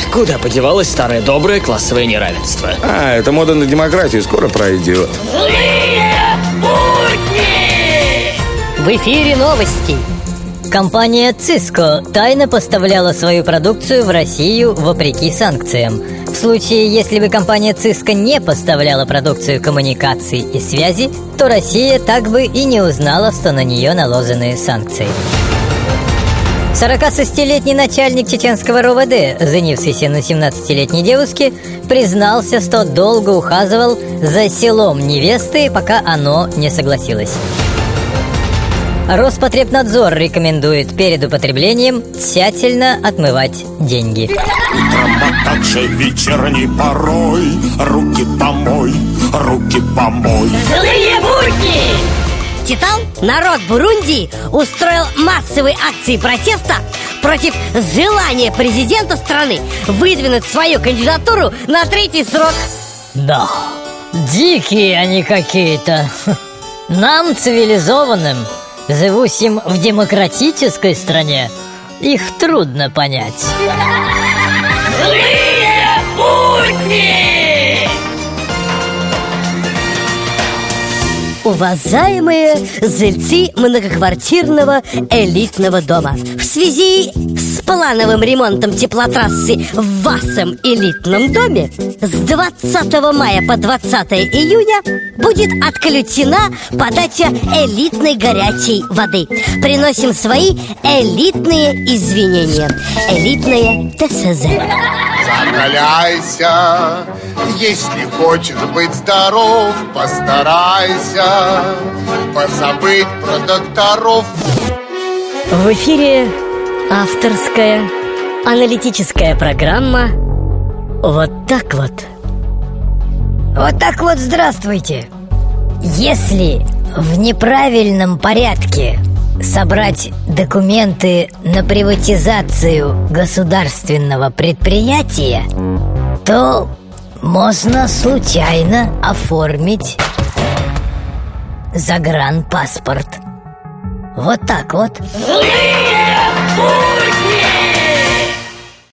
Куда подевалось старое доброе классовое неравенство? Это мода на демократию, скоро пройдет. Злые будни! В эфире новости. Компания Cisco тайно поставляла свою продукцию в Россию вопреки санкциям. В случае, если бы компания Cisco не поставляла продукцию коммуникаций и связи, то Россия так бы и не узнала, что на нее наложены санкции. 46-летний начальник чеченского РОВД, женившийся на 17-летней девушке, признался, что долго ухаживал за селом невесты, пока оно не согласилось. Роспотребнадзор рекомендует перед употреблением тщательно отмывать деньги. Утром, а также вечерней порой руки помой, руки помой. Злые будни! Читал? Народ Бурундии устроил массовые акции протеста против желания президента страны выдвинуть свою кандидатуру на 3-й срок. Да, дикие они какие-то. Нам, цивилизованным, живущим в демократической стране, их трудно понять. Злые будни! Уважаемые жильцы многоквартирного элитного дома, в связи с плановым ремонтом теплотрассы в вашем элитном доме с 20 мая по 20 июня будет отключена подача элитной горячей воды. Приносим свои элитные извинения. Элитное ТСЗ. Закаляйся, если хочешь быть здоров, постарайся позабыть про докторов. В эфире авторская аналитическая программа «Вот так вот». Вот так вот, здравствуйте. Если в неправильном порядке собрать документы на приватизацию государственного предприятия, то можно случайно оформить загранпаспорт. Вот так вот. Злые будни!